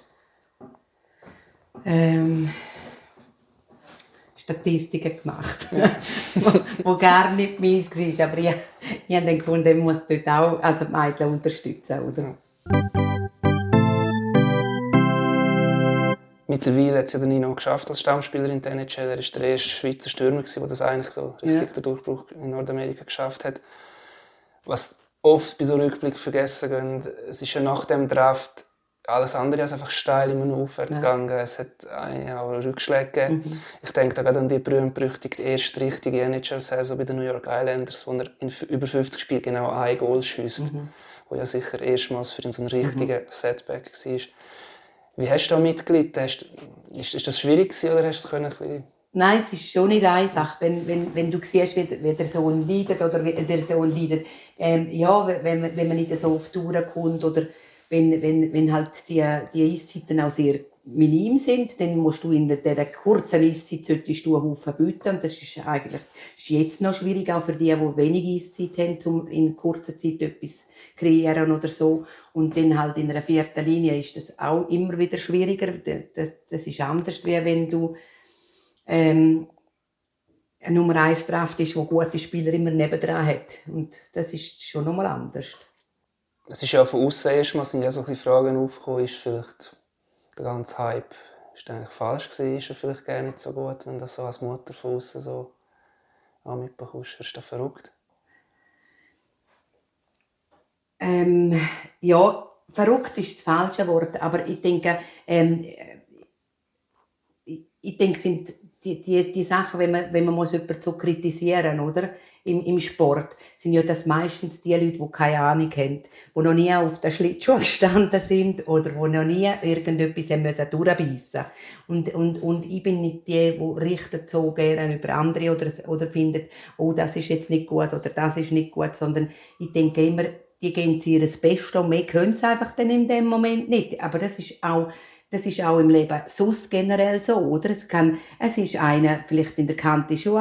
Ähm, Statistiken gemacht, wo, wo gar nicht meins war. Aber ich, ich habe dann gefunden, ich muss dort auch also die Mädchen unterstützen. Oder? Mittlerweile hat es ja Nino geschafft als Stammspieler in der N H L. Er war der erste Schweizer Stürmer, der das eigentlich so richtig ja. den Durchbruch in Nordamerika geschafft hat. Was oft bei so Rückblicken vergessen geht, es ist ja nach dem Draft alles andere als einfach steil immer nur aufwärts ja. gegangen. Es hat auch Rückschläge gegeben. Mhm. Ich denke da gerade an die berühmt-berüchtigte erste richtige N H L-Saison bei den New York Islanders, wo er in über fünfzig Spielen genau ein Goal schiesst, mhm. wo ja sicher erstmals für ihn so ein richtiger mhm. Setback war. Wie hast du da mitgelitten? Hast, ist, ist das schwierig gewesen, oder hast du es können, ein bisschen... Nein, es ist schon nicht einfach, wenn, wenn, wenn du siehst, wie, wie der Sohn leidet oder wie der Sohn leidet. Ähm, ja, wenn, wenn man nicht so auf Touren kommt oder wenn, wenn, wenn halt die, die Eiszeiten auch sehr minim sind, dann musst du in dieser kurzen Eiszeit solltest du einen Haufen bieten. Und das ist eigentlich ist jetzt noch schwierig, auch für die, die wenig Eiszeit haben, um in kurzer Zeit etwas zu kreieren oder so. Und dann halt in einer vierten Linie ist das auch immer wieder schwieriger. Das, das ist anders, wie wenn du ähm, eine Nummer eins Draft ist, die gute Spieler immer nebendran hat. Und das ist schon nochmal anders. Es ist ja von außen erstmal sind ja so ein Fragen aufgekommen, ist vielleicht der ganze Hype ist eigentlich falsch gewesen, ist er vielleicht gar nicht so gut, wenn du das so als Mutter von außen so mitbekommst. Ist das verrückt? Ähm, ja, verrückt ist das falsche Wort, aber ich denke, ähm, ich, ich denke, sind die, die, die Sachen, wenn man, wenn man muss jemanden so kritisieren, oder? Im, Im Sport sind ja das meistens die Leute, die keine Ahnung haben, die noch nie auf der Schlittschuh gestanden sind oder die noch nie irgendetwas haben durchbeissen mussten. Und, und, und ich bin nicht die, die richtet so gerne über andere oder, oder findet, oh, das ist jetzt nicht gut oder das ist nicht gut, sondern ich denke immer, die geben ihr Bestes und mehr können sie einfach dann in dem Moment nicht. Aber das ist auch Das ist auch im Leben sonst generell so, oder? Es kann, es ist einer vielleicht in der Kante schon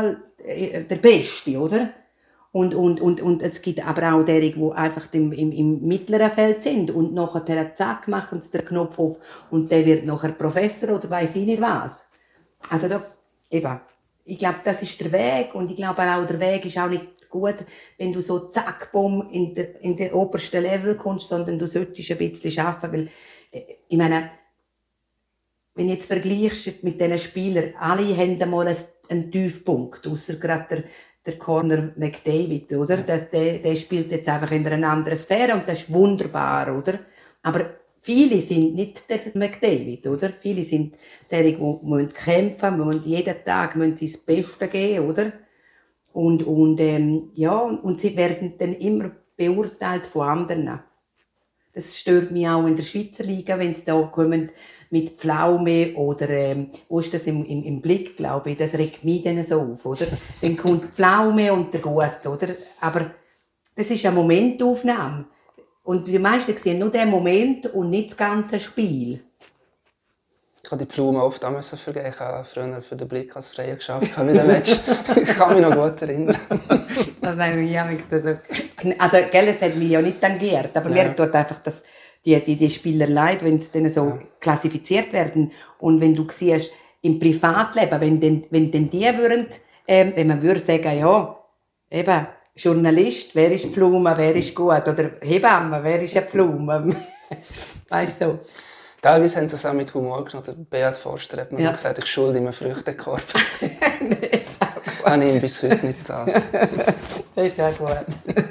der Beste, oder? Und, und, und, und es gibt aber auch derige, die einfach im, im, im mittleren Feld sind und nachher zack, machen sie den Knopf auf und der wird nachher Professor oder weiss ich nicht was. Also da, eben, ich glaube, das ist der Weg und ich glaube auch, der Weg ist auch nicht gut, wenn du so zack, bumm, in der, in der obersten Level kommst, sondern du solltest ein bisschen arbeiten, weil, ich meine, wenn du jetzt vergleichst mit diesen Spielern, alle haben einmal einen, einen Tiefpunkt, ausser gerade der der Conor McDavid, oder? Das, der, der spielt jetzt einfach in einer anderen Sphäre und das ist wunderbar, oder? Aber viele sind nicht der McDavid, oder? Viele sind diejenigen, die müssen kämpfen, müssen jeden Tag müssen sie das Beste geben, oder? Und, und, ähm, ja, und sie werden dann immer beurteilt von anderen. Das stört mich auch in der Schweizer Liga, wenn sie da kommen mit Pflaume oder, ähm, wo ist das im, im, im Blick, glaube ich, das regt mich dann so auf, oder? Dann kommt die Pflaume und der Gut, oder? Aber das ist eine Momentaufnahme. Und die meisten sehen nur den Moment und nicht das ganze Spiel. Ich habe die Pflaume oft auch vergeben. Ich habe früher für den Blick als Freier geschafft mit dem Match. Ich kann mich noch gut erinnern. Das hat mich ja so. Also, gell, es hat mich ja nicht tangiert, aber ja. Mir tut einfach das, die, die, die Spieler leid, wenn sie dann so ja. klassifiziert werden. Und wenn du siehst, im Privatleben, wenn denn, wenn denn die würden, ähm, wenn man würde sagen, ja, eben, Journalist, wer ist Pflaume, wer ist gut, oder Hebamme, wer ist eine Pflaume? Weißt du so? Teilweise haben sie es auch mit Humor genommen. Beat Forster hat mir ja. gesagt, ich schulde ihm einen Früchtekorb. Das habe ich ihm bis heute nicht gezahlt. Das ist ja gut.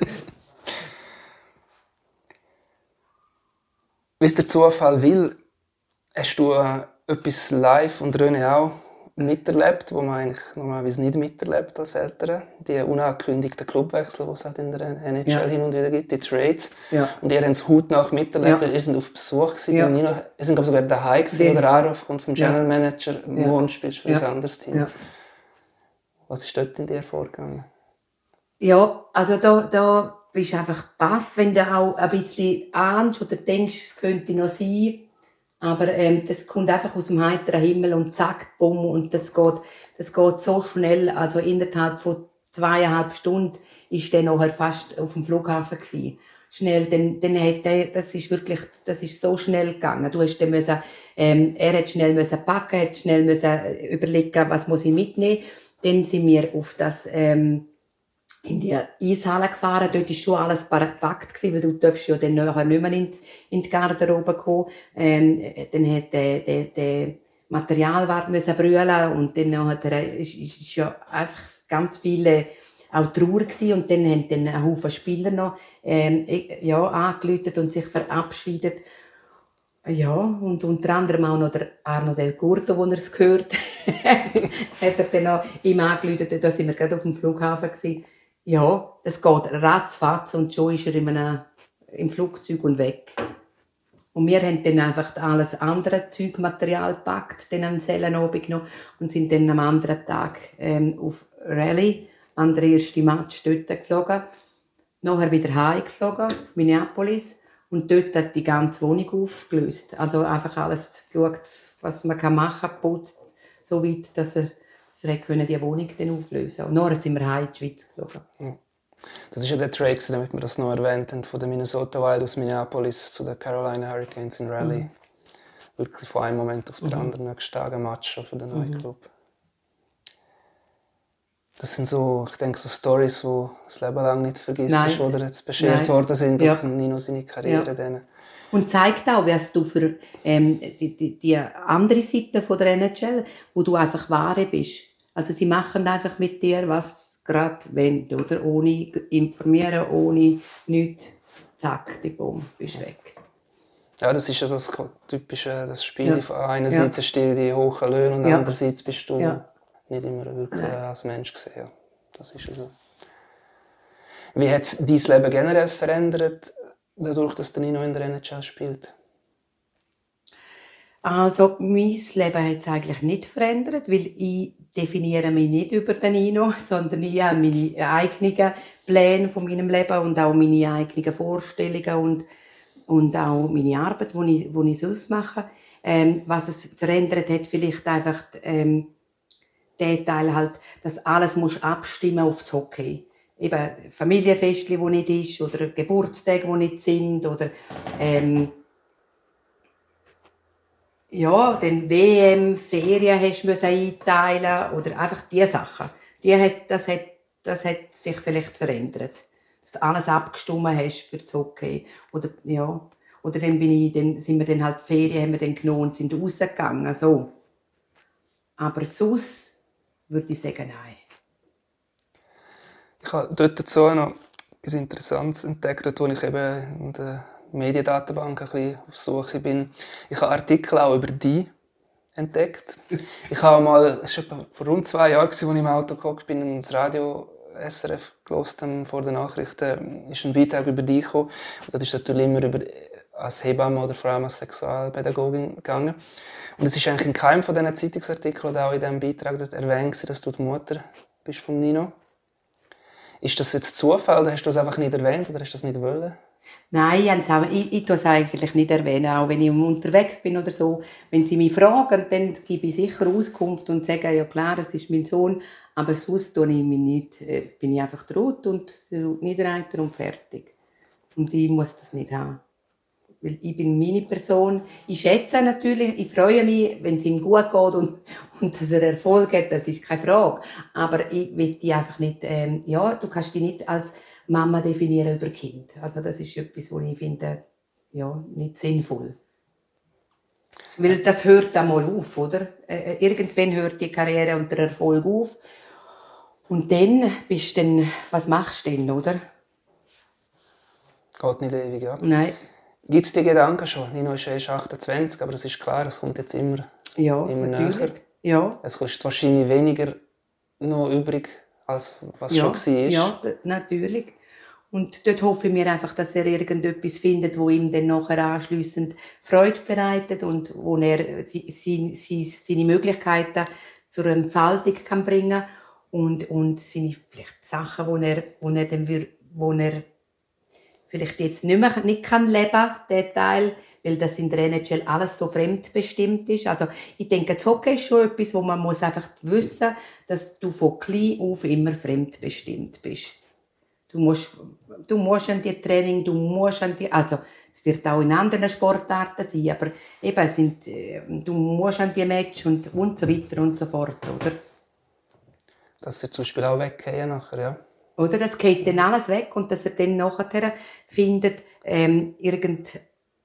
Wie es der Zufall will, hast du etwas live und René auch miterlebt, wo man eigentlich normalerweise nicht miterlebt als Eltern. Die unangekündigten Clubwechsel, die es halt in der N H L ja. hin und wieder gibt, die Trades. Ja. Und ihr habt es hautnah miterlebt, ja. ihr seid auf Besuch gewesen, ja. Nino, ihr seid sogar daheim gewesen, oder Anruf kommt vom General Manager, ja. morgen spielst du für ja. ein anderes Team. Ja. Was ist dort in dir vorgegangen? Ja, also da, da bist du einfach baff, wenn du auch ein bisschen ahnst oder denkst, es könnte noch sein. Aber ähm, das kommt einfach aus dem heiteren Himmel und zack, bumm, und das geht, das geht so schnell. Also innerhalb von zweieinhalb Stunden ist der nachher fast auf dem Flughafen gewesen. Schnell, dann, dann hat der, das ist wirklich, das ist so schnell gegangen. Du hast dann müssen, ähm, er hat schnell müssen packen, hat schnell müssen überlegen, was muss ich mitnehmen. Dann sind wir auf das, ähm, in die Eishalle gefahren. Dort war schon alles gepackt, weil du darfst ja dann nachher nicht mehr in die, in die Garderobe kommen. Ähm, dann hat der, der, der Materialwart müssen brüllen und dann hat er, ist, ist ja einfach ganz viele auch Trauer gewesen. Und dann haben dann ein Haufen Spieler noch, ähm, ja, angeläutet und sich verabschiedet. Ja, und unter anderem auch noch der Arno Del Curto, wo er es gehört hat, er dann noch ihm angeläutet. Da sind wir gerade auf dem Flughafen gewesen. Ja, es geht ratzfatz und schon ist er in einem, im Flugzeug und weg. Und wir haben dann einfach alles andere Zeugmaterial gepackt, dann am selben Abend genommen und sind dann am anderen Tag ähm, auf Rallye, an der ersten Match dort geflogen. Nachher wieder heimgeflogen, auf Minneapolis. Und dort hat die ganze Wohnung aufgelöst. Also einfach alles geschaut, was man machen kann, geputzt, so weit, dass er Sie können die Wohnung dann auflösen. Und nachher sind wir heim in die Schweiz geflogen. Ja. Das ist ja der Trade, damit wir das noch erwähnt haben, von den Minnesota Wild aus Minneapolis zu den Carolina Hurricanes in Raleigh. Mhm. Wirklich von einem Moment auf den mhm. anderen ein starker Match schon für den neuen mhm. Club. Das sind so, ich denke, so Storys, die du das Leben lang nicht vergisst, oder jetzt beschert Nein. worden sind durch ja. Nino seine Karriere. Ja. Und zeigt auch, was du für ähm, die, die, die andere Seite von der N H L, wo du einfach wahre bist. Also sie machen einfach mit dir, was gerade wollen, oder? Ohne informieren, ohne nichts. Zack, die Bombe, bist weg. Ja, das ist ja so das typische das Spiel. Ja. Einerseits ja. hast du die hohen Löhne und ja. andererseits bist du ja. nicht immer wirklich Nein. als Mensch gesehen. Das ist ja so. Wie hat es dein Leben generell verändert, dadurch, dass der Nino in der N H L spielt? Also, mein Leben hat es eigentlich nicht verändert, weil ich definiere mich nicht über den Nino, sondern ich habe meine eigenen Pläne von meinem Leben und auch meine eigenen Vorstellungen und, und auch meine Arbeit, die ich, die ich sonst mache. Ähm, was es verändert hat, vielleicht einfach ähm, der Teil halt, dass alles musst abstimmen auf das Hockey. Eben Familienfestchen, die nicht ist, oder Geburtstage, die nicht sind, oder ähm, ja, dann W M, Ferien hast du einteilen oder einfach diese Sachen. Die hat, das, hat, das hat sich vielleicht verändert. Dass du alles abgestimmt hast für das Hockey. Oder, ja. Oder dann, bin ich, dann sind wir dann halt Ferien, haben wir dann genommen und sind rausgegangen. So. Aber sonst würde ich sagen, nein. Ich habe dort dazu noch etwas Interessantes entdeckt, dort, wo ich eben in der Mediendatenbank ein bisschen auf Suche bin. Ich habe Artikel auch über dich entdeckt. Ich habe mal, es war vor rund zwei Jahren, als ich im Auto gehockt bin und das Radio S R F gehört habe, vor den Nachrichten, ist ein Beitrag über dich gekommen. Und das ist natürlich immer über als Hebamme oder vor allem als Sexualpädagogin gegangen. Und es ist eigentlich in keinem von diesen Zeitungsartikeln oder auch in diesem Beitrag dort erwähnt, dass du die Mutter bist von Nino. Ist das jetzt Zufall oder hast du das einfach nicht erwähnt oder hast du das nicht wollen? Nein, ich, ich tue es eigentlich nicht erwähnen, auch wenn ich unterwegs bin oder so. Wenn sie mich fragen, dann gebe ich sicher Auskunft und sage, ja klar, das ist mein Sohn, aber sonst tue ich mich nicht, bin ich einfach der Ruth und der Niederreiter und fertig. Und ich muss das nicht haben. Weil ich bin meine Person. Ich schätze natürlich, ich freue mich, wenn es ihm gut geht und, und dass er Erfolg hat, das ist keine Frage. Aber ich will die einfach nicht, ähm, ja, du kannst dich nicht als Mama definieren über Kind. Also das ist etwas, was ich finde, ja, nicht sinnvoll. Weil das hört einmal auf, oder? Äh, irgendwann hört die Karriere und der Erfolg auf. Und dann bist du dann, was machst du denn, oder? Geht nicht ewig ab. Nein. Gibt es die Gedanken schon? Nino ist erst achtundzwanzig, aber es ist klar, es kommt jetzt immer, ja, immer natürlich. näher. Ja. Es kostet wahrscheinlich weniger noch übrig, als was ja, schon war. Ja, natürlich. Und dort hoffe ich mir einfach, dass er irgendetwas findet, wo ihm dann nachher anschliessend Freude bereitet und wo er seine Möglichkeiten zur Entfaltung kann bringen und und seine vielleicht Sachen, wo er, wo er dann, wo er vielleicht jetzt nicht mehr nicht kann leben, der Teil, weil das in der N H L alles so fremdbestimmt ist. Also ich denke, das Hockey ist schon etwas, wo man muss einfach wissen, dass du von klein auf immer fremdbestimmt bist. Du musst, du musst an die Training, du musst an die, also es wird auch in anderen Sportarten sein, aber eben sind, du musst an die Match und, und so weiter und so fort, oder? Dass sie zum Beispiel auch weggehen nachher, ja. Oder? Das geht dann alles weg und dass er dann nachher findet, ähm, irgendeine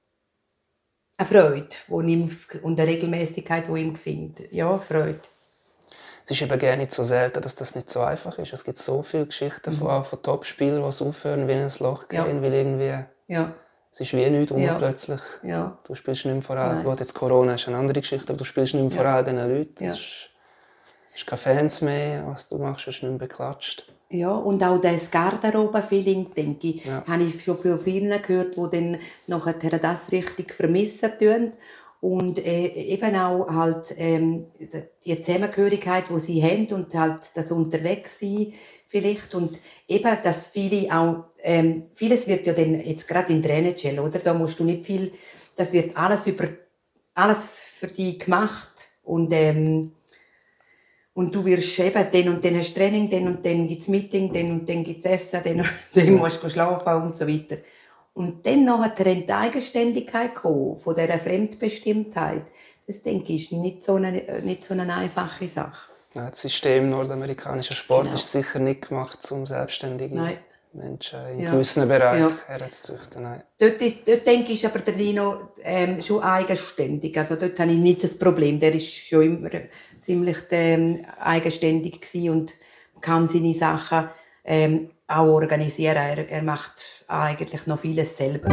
Freude wo ihm, und eine Regelmäßigkeit, die ihm findet. Ja, Freude. Es ist eben gar nicht so selten, dass das nicht so einfach ist. Es gibt so viele Geschichten mhm. von, von Top-Spielern, die es aufhören, wie in ein Loch gehen, ja. weil irgendwie... Ja. Es ist wie nichts ja. plötzlich. Ja. Du spielst nicht mehr vor allem. Also, jetzt Corona ist eine andere Geschichte, aber du spielst nicht mehr vor all diesen Leuten. Ja. Es ist, ist keine Fans mehr, was du machst, wirst nicht mehr beklatscht. Ja, und auch das Garderobe-Feeling, denke ich, ja. habe ich schon von vielen gehört, die dann nachher das richtig vermissen tun. Und äh, eben auch halt ähm, die Zusammengehörigkeit, die sie haben und halt das Unterwegssein vielleicht. Und eben, dass viele auch, ähm, vieles wird ja dann jetzt gerade in der N H L, oder? Da musst du nicht viel, das wird alles über, alles für dich gemacht. Und, ähm, Und du wirst eben, dann und dann hast du Training, dann und dann gibt es Meeting, dann und dann gibt es Essen, dann und dann musst du schlafen und so weiter. Und dann nachher in die Eigenständigkeit kommen, von dieser Fremdbestimmtheit, das denke ich, ist nicht so eine, nicht so eine einfache Sache. Ja, das System nordamerikanischen Sport genau. ist sicher nicht gemacht, um selbstständige Nein. Menschen in ja. gewissen Bereichen ja. herzuzüchten. Nein. Dort, ist, dort denke ich, ist aber der Nino ähm, schon eigenständig. Also dort habe ich nicht das Problem. Der ist schon immer ziemlich ähm, eigenständig gewesen und kann seine Sachen ähm, auch organisieren. Er, er macht eigentlich noch vieles selber.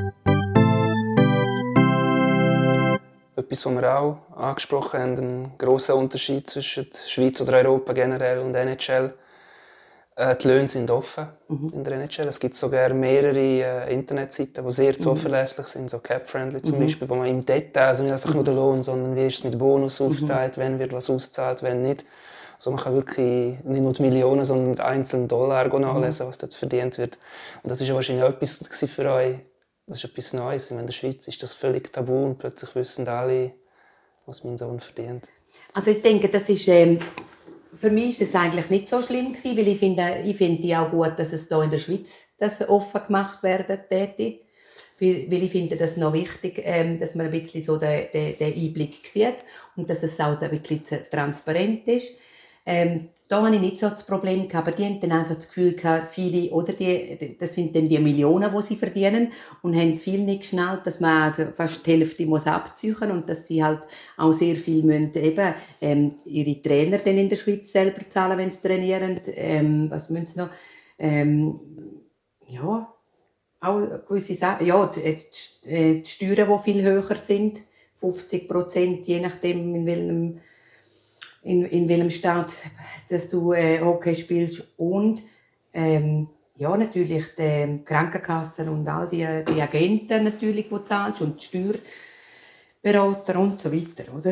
Etwas, was wir auch angesprochen haben, ein grosser Unterschied zwischen der Schweiz oder Europa generell und N H L. Äh, die Löhne sind offen mhm. in der N H L. Es gibt sogar mehrere äh, Internetseiten, die sehr zuverlässig sind, so Cap-Friendly zum mhm. Beispiel, wo man im Detail, also nicht einfach nur den Lohn, sondern wie ist es mit Bonus aufgeteilt, mhm. wenn wird was ausgezahlt, wenn nicht. Also man kann wirklich nicht nur die Millionen, sondern die einzelnen Dollar nachlesen, mhm. was dort verdient wird. Und das ist ja wahrscheinlich auch etwas für euch. Das ist etwas Neues. In der Schweiz ist das völlig tabu und plötzlich wissen alle, was mein Sohn verdient. Also ich denke, das ist, ähm, für mich ist es eigentlich nicht so schlimm gewesen, weil ich finde, ich finde auch gut, dass es hier in der Schweiz das offen gemacht werden täte. Weil, weil ich finde das noch wichtig, ähm, dass man ein bisschen so den, den, den Einblick sieht und dass es auch ein bisschen transparent ist. Ähm, da hatte ich nicht so das Problem gehabt, aber die haben dann einfach das Gefühl gehabt, viele, oder die, das sind dann die Millionen, die sie verdienen und haben viel nicht geschnallt, dass man also fast die Hälfte muss abziehen und dass sie halt auch sehr viel müssen, eben, ähm, ihre Trainer dann in der Schweiz selber zahlen, wenn sie trainieren. Ähm, was müssen sie noch? Ähm, ja, auch gewisse Sachen, ja, die, die, die Steuern, die viel höher sind, fünfzig Prozent, je nachdem, in welchem In, in welchem Staat dass du äh, Hockey spielst und ähm, ja, natürlich die Krankenkassen und all die, die Agenten, natürlich, die du zahlst und die Steuerberater und so weiter, oder?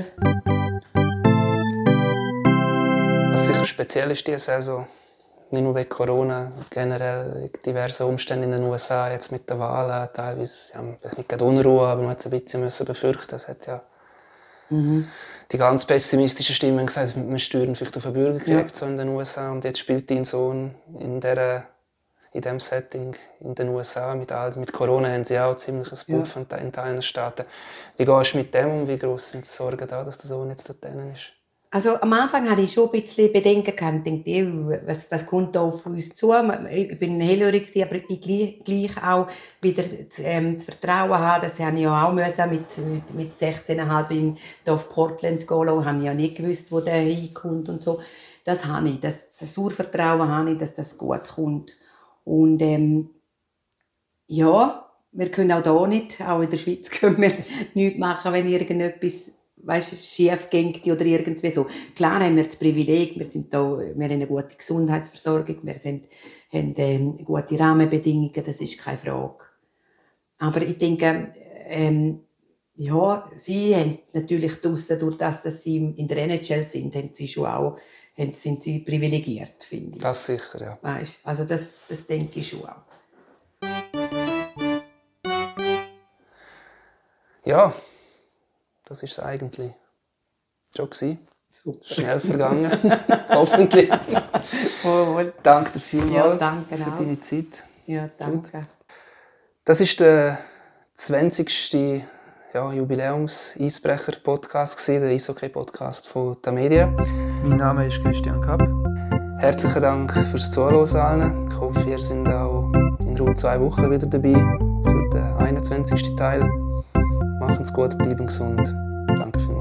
Was sicher speziell ist diese Saison, nicht nur wegen Corona, generell wegen diversen Umständen in den U S A, jetzt mit den Wahlen, teilweise ja, nicht gerade Unruhe, aber man hat es ein bisschen müssen befürchten. Es hat ja mhm. die ganz pessimistischen Stimmen gesagt, wir steuern vielleicht auf einen Bürgerkrieg ja. so in den U S A und jetzt spielt dein Sohn in dieser in diesem Setting in den U S A. Mit, all, mit Corona haben sie auch ziemlich ein Puff ja. in Teilen der Staaten. Wie gehst du mit dem um? Wie groß sind die Sorgen da, dass der Sohn jetzt dort ist? Also am Anfang hatte ich schon ein bisschen Bedenken gehabt. Ich dachte, was, was kommt da auf uns zu? Ich bin hellhörig, aber ich gleich, gleich auch wieder ähm, das Vertrauen haben. Das habe ich ja auch müssen, mit, mit, mit sechzehn Komma fünf auf Portland gehen lassen. Ich habe ja nicht gewusst, wo der hinkommt und so. Das habe ich. Das, das Urvertrauen habe ich, dass das gut kommt. Und ähm, ja, wir können auch hier nicht, auch in der Schweiz können wir nichts machen, wenn irgendetwas weißt, schief geht oder irgendwie so. Klar haben wir das Privileg, wir, sind da, wir haben eine gute Gesundheitsversorgung, wir sind, haben ähm, gute Rahmenbedingungen, das ist keine Frage. Aber ich denke, ähm, ja, sie haben natürlich draussen, durch das, dass sie in der N H L sind, haben sie schon auch, sind sie privilegiert, finde ich. Das sicher, ja. Weißt, also das, das denke ich schon auch. Ja, das war es eigentlich schon gewesen. Super. Schnell vergangen. Hoffentlich. Wohl. Danke dir vielmals ja, danke für auch. deine Zeit. Ja, danke. Gut. Das ist der zwanzigste Ja, Jubiläums-Eisbrecher-Podcast, der Eishockey-Podcast von der Medien. Mein Name ist Christian Kapp. Herzlichen Dank fürs Zuhören allen. Ich hoffe, ihr seid auch in rund zwei Wochen wieder dabei für den einundzwanzigsten Teil. Machen's gut, bleiben gesund. Danke vielmals.